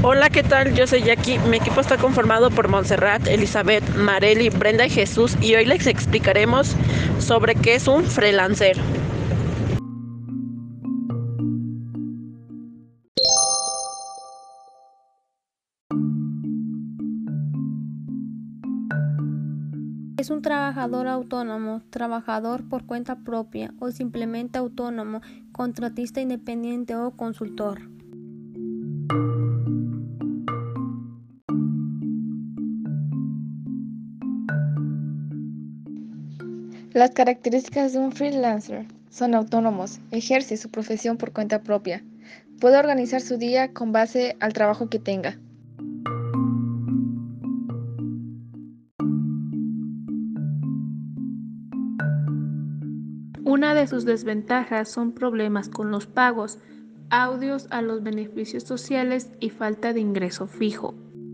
Hola, ¿qué tal? Yo soy Jackie. Mi equipo está conformado por Montserrat, Elizabeth, Marely, Brenda y Jesús y hoy les explicaremos sobre qué es un freelancer. Es un trabajador autónomo, trabajador por cuenta propia o simplemente autónomo, contratista independiente o consultor. Las características de un freelancer son autónomos, ejerce su profesión por cuenta propia, puede organizar su día con base al trabajo que tenga. Una de sus desventajas son problemas con los pagos, audios a los beneficios sociales y falta de ingreso fijo.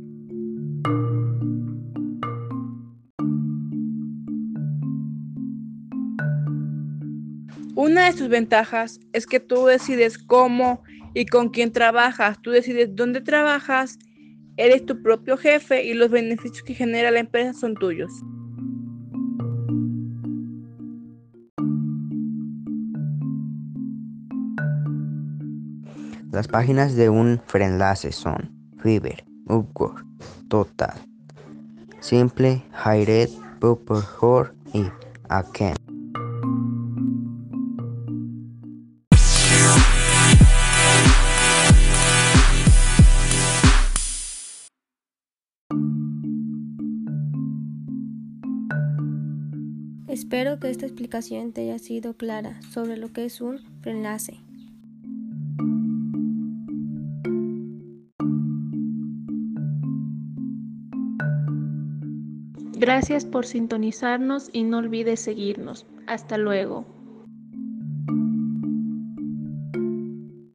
Una de sus ventajas es que tú decides cómo y con quién trabajas, tú decides dónde trabajas, eres tu propio jefe y los beneficios que genera la empresa son tuyos. Las páginas de un freelance son Fiverr, Upwork, Total, Simple, Hired, Booker y Aken. Espero que esta explicación te haya sido clara sobre lo que es un freelance. Gracias por sintonizarnos y no olvides seguirnos. Hasta luego.